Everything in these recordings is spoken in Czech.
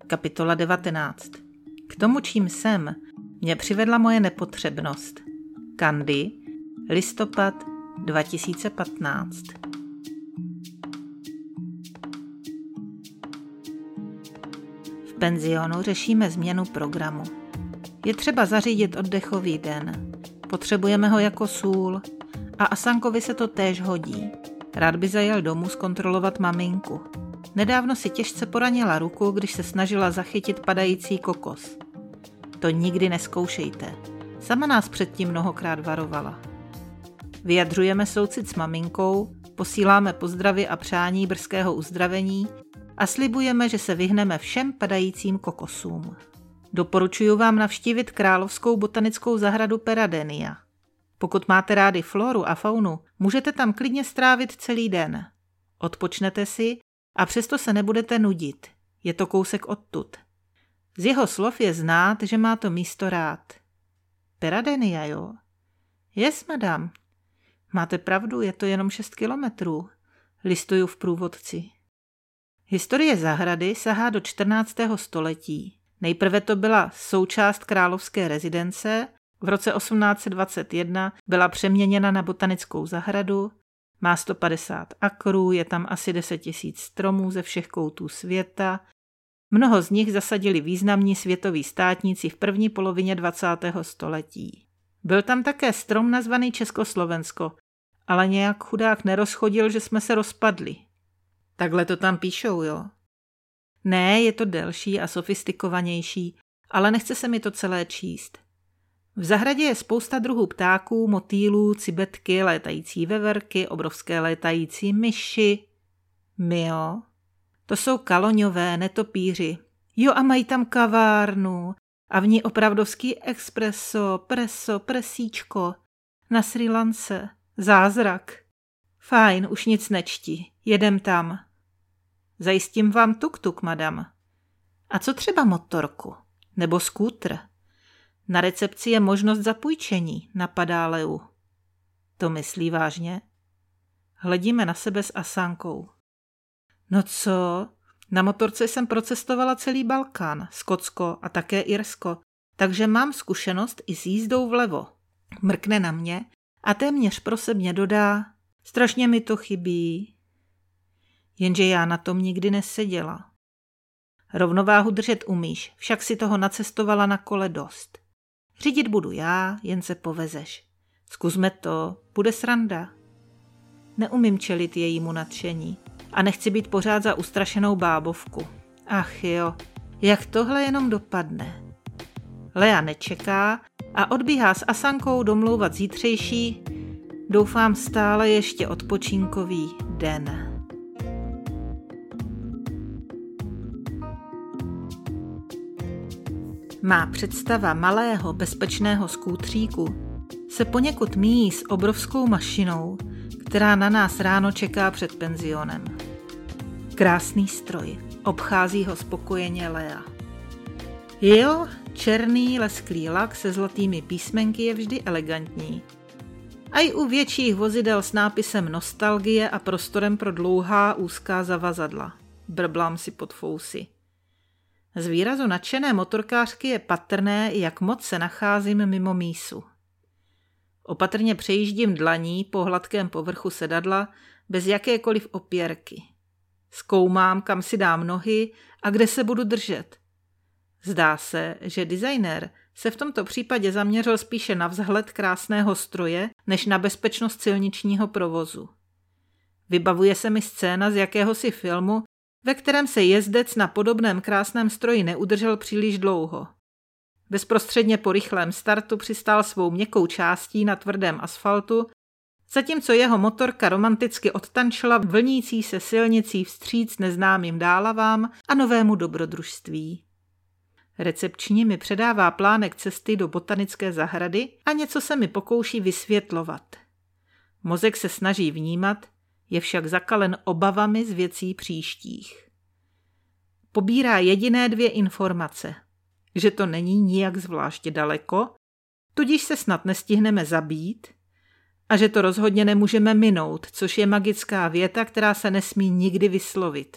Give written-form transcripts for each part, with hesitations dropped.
Kapitola 19. K tomu, čím jsem, mě přivedla moje nepotřebnost. Candy, listopad 2015. V penzionu řešíme změnu programu. Je třeba zařídit oddechový den. Potřebujeme ho jako sůl a Asankovi se to též hodí. Rád by zajel domů zkontrolovat maminku. Nedávno si těžce poranila ruku, když se snažila zachytit padající kokos. To nikdy nezkoušejte. Sama nás předtím mnohokrát varovala. Vyjadřujeme soucit s maminkou, posíláme pozdravy a přání brzkého uzdravení a slibujeme, že se vyhneme všem padajícím kokosům. Doporučuji vám navštívit Královskou botanickou zahradu Peradenia. Pokud máte rádi floru a faunu, můžete tam klidně strávit celý den. Odpočnete si a přesto se nebudete nudit. Je to kousek odtud. Z jeho slov je znát, že má to místo rád. Peradenia, jo? Yes, madam. Máte pravdu, je to jenom 6 kilometrů. Listuju v průvodci. Historie zahrady sahá do 14. století. Nejprve to byla součást královské rezidence, v roce 1821 byla přeměněna na botanickou zahradu, má 150 akrů, je tam asi 10 000 stromů ze všech koutů světa. Mnoho z nich zasadili významní světoví státníci v první polovině 20. století. Byl tam také strom nazvaný Československo, ale nějak chudák nerozchodil, že jsme se rozpadli. Takhle to tam píšou, jo? Ne, je to delší a sofistikovanější, ale nechce se mi to celé číst. V zahradě je spousta druhů ptáků, motýlů, cibetky, létající veverky, obrovské létající myši. Mio. To jsou kaloňové, netopíři. Jo, a mají tam kavárnu. A v ní opravdovský espresso, presíčko. Na Srí Lance. Zázrak. Fajn, už nic nečti. Jedem tam. Zajistím vám tuk-tuk, madam. A co třeba motorku? Nebo skútr? Na recepci je možnost zapůjčení, napadá Leu. To myslí vážně? Hledíme na sebe s Asankou. No co? Na motorce jsem procestovala celý Balkán, Skotsko a také Irsko, takže mám zkušenost i s jízdou vlevo. Mrkne na mě a téměř prosebně dodá, strašně mi to chybí. Jenže já na tom nikdy neseděla. Rovnováhu držet umíš, však si toho nacestovala na kole dost. Řídit budu já, jen se povezeš. Zkusme to, bude sranda. Neumím čelit jejímu nadšení a nechci být pořád za ustrašenou bábovku. Ach jo, jak tohle jenom dopadne. Lea nečeká a odbíhá s Asankou domlouvat zítřejší, doufám stále ještě odpočinkový den. Má představa malého bezpečného skútříku se poněkud míjí s obrovskou mašinou, která na nás ráno čeká před penzionem. Krásný stroj, obchází ho spokojeně Lea. Jo, černý lesklý lak se zlatými písmenky je vždy elegantní. A i u větších vozidel s nápisem nostalgie a prostorem pro dlouhá úzká zavazadla. Brblám si pod fousy. Z výrazu nadšené motorkářky je patrné, jak moc se nacházím mimo mísu. Opatrně přejíždím dlaní po hladkém povrchu sedadla bez jakékoliv opěrky. Zkoumám, kam si dám nohy a kde se budu držet. Zdá se, že designér se v tomto případě zaměřil spíše na vzhled krásného stroje, než na bezpečnost silničního provozu. Vybavuje se mi scéna z jakéhosi filmu, ve kterém se jezdec na podobném krásném stroji neudržel příliš dlouho. Bezprostředně po rychlém startu přistál svou měkkou částí na tvrdém asfaltu, zatímco jeho motorka romanticky odtančila vlnící se silnicí vstříc neznámým dálavám a novému dobrodružství. Recepční mi předává plánek cesty do botanické zahrady a něco se mi pokouší vysvětlovat. Mozek se snaží vnímat, je však zakalen obavami z věcí příštích. Pobírá jediné 2 informace, že to není nijak zvlášť daleko, tudíž se snad nestihneme zabít a že to rozhodně nemůžeme minout, což je magická věta, která se nesmí nikdy vyslovit.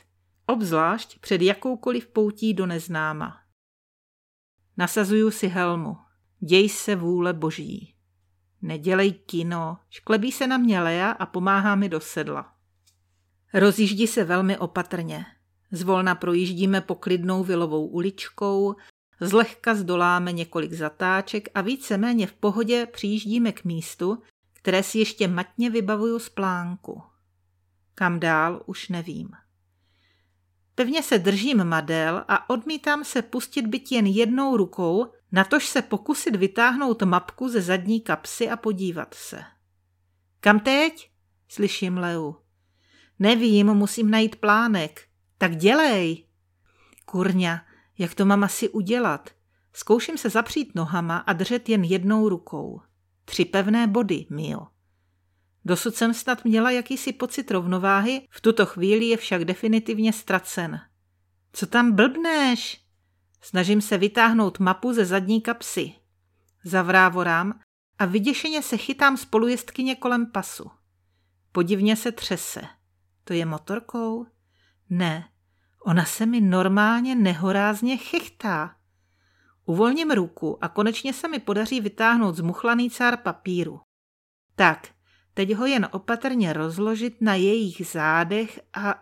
obzvlášť před jakoukoliv poutí do neznáma. Nasazuju si helmu. Děj se vůle boží. Nedělej kino, šklebí se na mě Lea a pomáhá mi do sedla. Rozjíždí se velmi opatrně. Zvolna projíždíme poklidnou vilovou uličkou, zlehka zdoláme několik zatáček a víceméně v pohodě přijíždíme k místu, které si ještě matně vybavuju z plánku. Kam dál, už nevím. Pevně se držím madel a odmítám se pustit byť jen jednou rukou, natož se pokusit vytáhnout mapku ze zadní kapsy a podívat se. Kam teď? Slyším Leu. Nevím, musím najít plánek. Tak dělej. Kurňa, jak to mám asi udělat? Zkouším se zapřít nohama a držet jen jednou rukou. 3 pevné body, Mio. Dosud jsem snad měla jakýsi pocit rovnováhy, v tuto chvíli je však definitivně ztracen. Co tam blbneš? Snažím se vytáhnout mapu ze zadní kapsy. Zavrávorám a vyděšeně se chytám spolujezdkyně kolem pasu. Podivně se třese. To je motorkou? Ne, ona se mi normálně nehorázně chechtá. Uvolním ruku a konečně se mi podaří vytáhnout zmuchlaný cár papíru. Tak, teď ho jen opatrně rozložit na jejich zádech a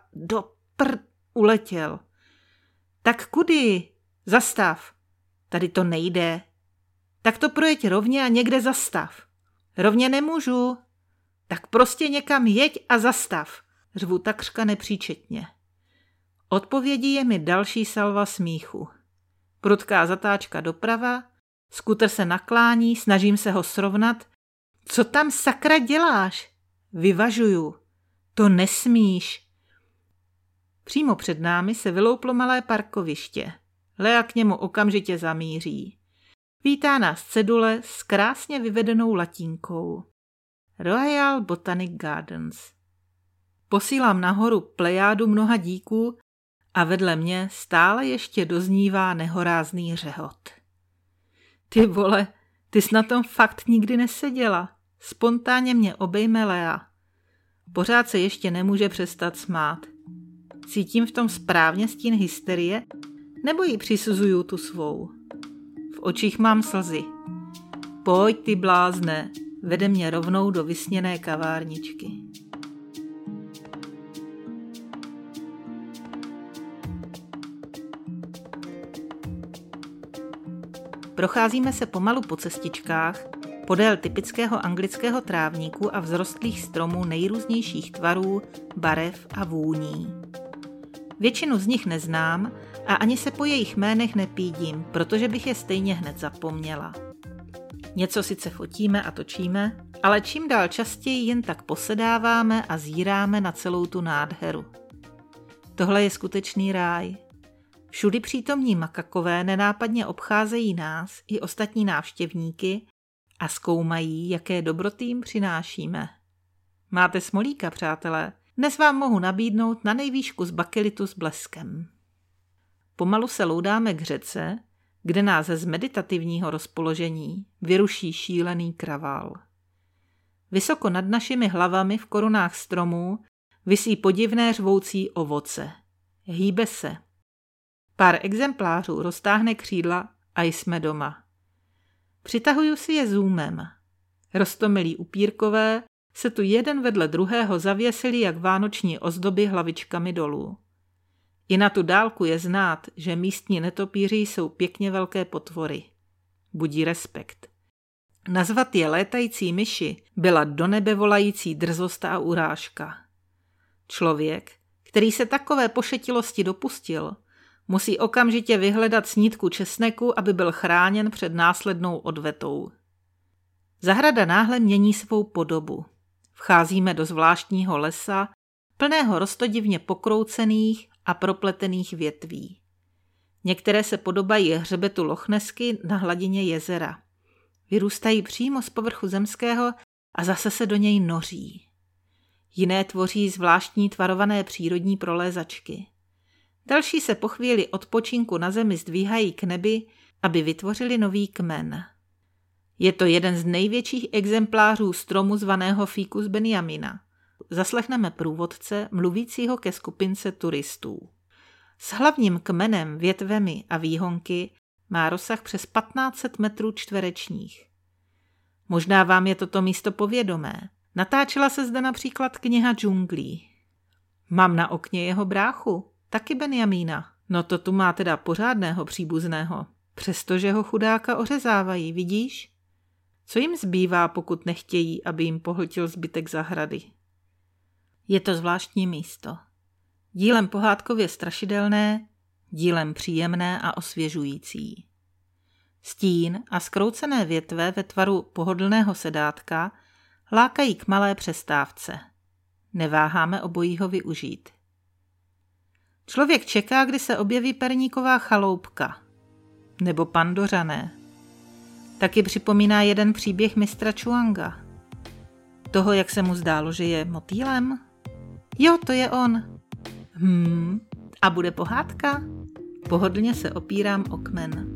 uletěl. Tak kudy? Zastav. Tady to nejde. Tak to projeď rovně a někde zastav. Rovně nemůžu. Tak prostě někam jeď a zastav. Řvu takřka nepříčetně. Odpovědí je mi další salva smíchu. Prudká zatáčka doprava, skuter se naklání, snažím se ho srovnat. Co tam sakra děláš? Vyvažuju. To nesmíš. Přímo před námi se vylouplo malé parkoviště. Lea k němu okamžitě zamíří. Vítá nás cedule s krásně vyvedenou latínkou. Royal Botanic Gardens. Posílám nahoru plejádu mnoha díků a vedle mě stále ještě doznívá nehorázný řehot. Ty vole, ty jsi na tom fakt nikdy neseděla. Spontánně mě obejme Lea. Pořád se ještě nemůže přestat smát. Cítím v tom správně stín hysterie, nebo jí přisuzuju tu svou? V očích mám slzy. Pojď ty blázne, vede mě rovnou do vysněné kavárničky. Procházíme se pomalu po cestičkách, podél typického anglického trávníku a vzrostlých stromů nejrůznějších tvarů, barev a vůní. Většinu z nich neznám a ani se po jejich jménech nepídím, protože bych je stejně hned zapomněla. Něco sice fotíme a točíme, ale čím dál častěji jen tak posedáváme a zíráme na celou tu nádheru. Tohle je skutečný ráj. Všudy přítomní makakové nenápadně obcházejí nás i ostatní návštěvníky a zkoumají, jaké dobroty jim přinášíme. Máte smolíka, přátelé? Dnes vám mohu nabídnout na nejvýšku z bakelitu s bleskem. Pomalu se loudáme k řece, kde nás z meditativního rozpoložení vyruší šílený kravál. Vysoko nad našimi hlavami v korunách stromů visí podivné řvoucí ovoce. Hýbe se. Pár exemplářů roztáhne křídla a jsme doma. Přitahuju si je zoomem. Roztomilí upírkové se tu jeden vedle druhého zavěsili jak vánoční ozdoby hlavičkami dolů. I na tu dálku je znát, že místní netopíři jsou pěkně velké potvory. Budí respekt. Nazvat je létající myši byla do nebe volající drzost a urážka. Člověk, který se takové pošetilosti dopustil, musí okamžitě vyhledat snídku česneku, aby byl chráněn před následnou odvetou. Zahrada náhle mění svou podobu. Vcházíme do zvláštního lesa, plného roztodivně pokroucených a propletených větví. Některé se podobají hřbetu Lochnesky na hladině jezera. Vyrůstají přímo z povrchu zemského a zase se do něj noří. Jiné tvoří zvláštní tvarované přírodní prolézačky. Další se po chvíli odpočinku na zemi zdvíhají k nebi, aby vytvořili nový kmen. Je to jeden z největších exemplářů stromu zvaného Ficus Beniamina. Zaslechneme průvodce mluvícího ke skupince turistů. s hlavním kmenem, větvemi a výhonky má rozsah přes 1500 metrů čtverečních. Možná vám je toto místo povědomé. Natáčela se zde například kniha džunglí. Mám na okně jeho bráchu, taky Benjamína. No to tu má teda pořádného příbuzného. Přestože ho chudáka ořezávají, vidíš? Co jim zbývá, pokud nechtějí, aby jim pohltil zbytek zahrady? Je to zvláštní místo. Dílem pohádkově strašidelné, dílem příjemné a osvěžující. Stín a zkroucené větve ve tvaru pohodlného sedátka lákají k malé přestávce. Neváháme obojího využít. Člověk čeká, kdy se objeví perníková chaloupka. Nebo Pandořané. Taky připomíná jeden příběh mistra Chuanga. Toho, jak se mu zdálo, že je motýlem? Jo, to je on. A bude pohádka? Pohodlně se opírám o kmen.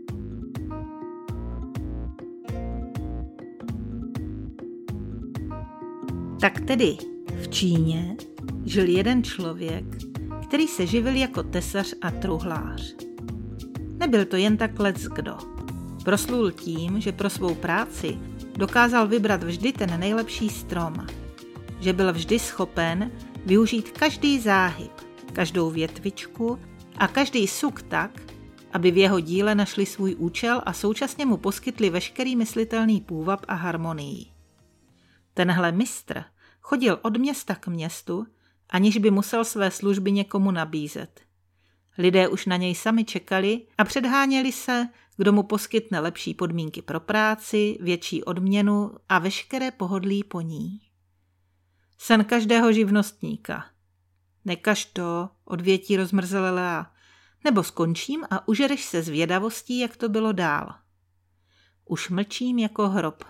Tak tedy v Číně žil jeden člověk, který se živil jako tesař a truhlář. Nebyl to jen tak leckdo. Proslul tím, že pro svou práci dokázal vybrat vždy ten nejlepší strom. Že byl vždy schopen využít každý záhyb, každou větvičku a každý suk tak, aby v jeho díle našli svůj účel a současně mu poskytli veškerý myslitelný půvab a harmonii. Tenhle mistr chodil od města k městu, aniž by musel své služby někomu nabízet. Lidé už na něj sami čekali a předháněli se, kdo mu poskytne lepší podmínky pro práci, větší odměnu a veškeré pohodlí po ní. Sen každého živnostníka. Nekaž to, odvětí rozmrzelé Lea, nebo skončím a užereš se zvědavostí, jak to bylo dál. Už mlčím jako hrob.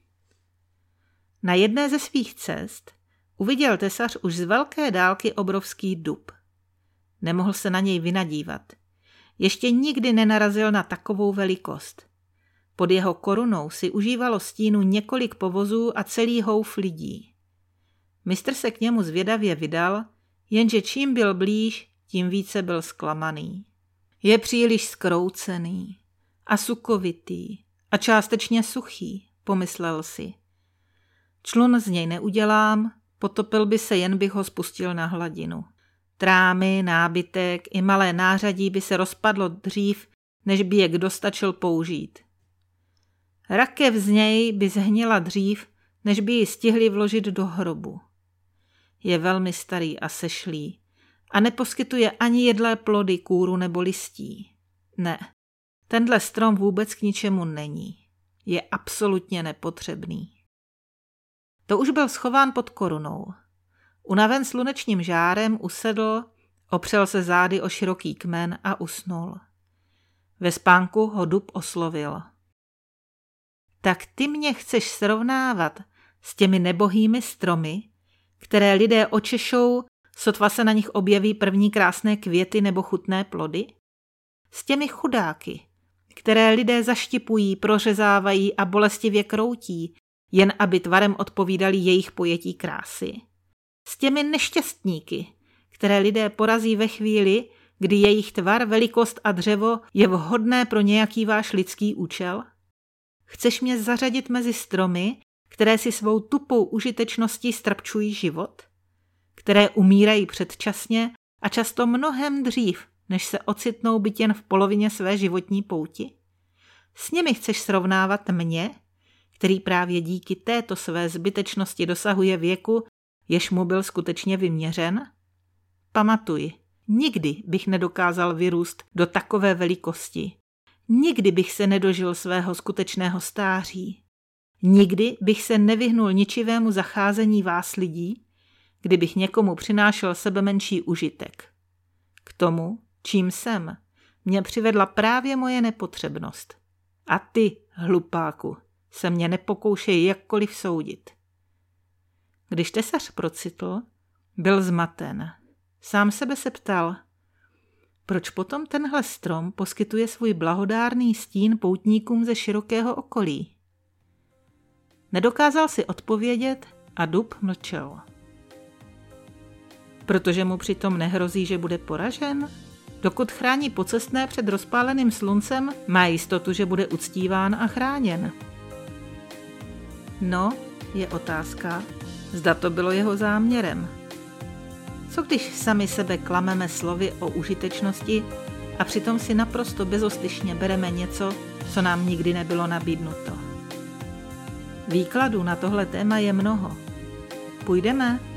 Na jedné ze svých cest uviděl tesař už z velké dálky obrovský dub. Nemohl se na něj vynadívat. Ještě nikdy nenarazil na takovou velikost. Pod jeho korunou si užívalo stínu několik povozů a celý houf lidí. Mistr se k němu zvědavě vydal, jenže čím byl blíž, tím více byl zklamaný. Je příliš zkroucený a sukovitý a částečně suchý, pomyslel si. Člun z něj neudělám, potopil by se, jen bych ho spustil na hladinu. Trámy, nábytek i malé nářadí by se rozpadlo dřív, než by je kdo stačil použít. Rakev z něj by zhnila dřív, než by ji stihli vložit do hrobu. Je velmi starý a sešlý a neposkytuje ani jedlé plody, kůru nebo listí. Ne, tenhle strom vůbec k ničemu není. Je absolutně nepotřebný. To už byl schován pod korunou. Unaven slunečním žárem usedl, opřel se zády o široký kmen a usnul. Ve spánku ho dub oslovil. Tak ty mě chceš srovnávat s těmi nebohými stromy, které lidé očešou, sotva se na nich objeví první krásné květy nebo chutné plody? S těmi chudáky, které lidé zaštipují, prořezávají a bolestivě kroutí, jen aby tvarem odpovídali jejich pojetí krásy? S těmi nešťastníky, které lidé porazí ve chvíli, kdy jejich tvar, velikost a dřevo je vhodné pro nějaký váš lidský účel? Chceš mě zařadit mezi stromy, které si svou tupou užitečností strpčují život? Které umírají předčasně a často mnohem dřív, než se ocitnou byt jen v polovině své životní pouti? S nimi chceš srovnávat mě, který právě díky této své zbytečnosti dosahuje věku, jež mu byl skutečně vyměřen? Pamatuj, nikdy bych nedokázal vyrůst do takové velikosti. Nikdy bych se nedožil svého skutečného stáří. Nikdy bych se nevyhnul ničivému zacházení vás lidí, kdybych někomu přinášel sebemenší užitek. K tomu, čím jsem, mě přivedla právě moje nepotřebnost. A ty, hlupáku, se mě nepokoušej jakkoliv soudit. Když tesař procitl, byl zmaten. Sám sebe se ptal, proč potom tenhle strom poskytuje svůj blahodárný stín poutníkům ze širokého okolí. Nedokázal si odpovědět a dub mlčel. Protože mu přitom nehrozí, že bude poražen? Dokud chrání pocestné před rozpáleným sluncem, má jistotu, že bude uctíván a chráněn. No, je otázka, zda to bylo jeho záměrem. Co když sami sebe klameme slovy o užitečnosti a přitom si naprosto bezostyšně bereme něco, co nám nikdy nebylo nabídnuto? Výkladů na tohle téma je mnoho. Půjdeme?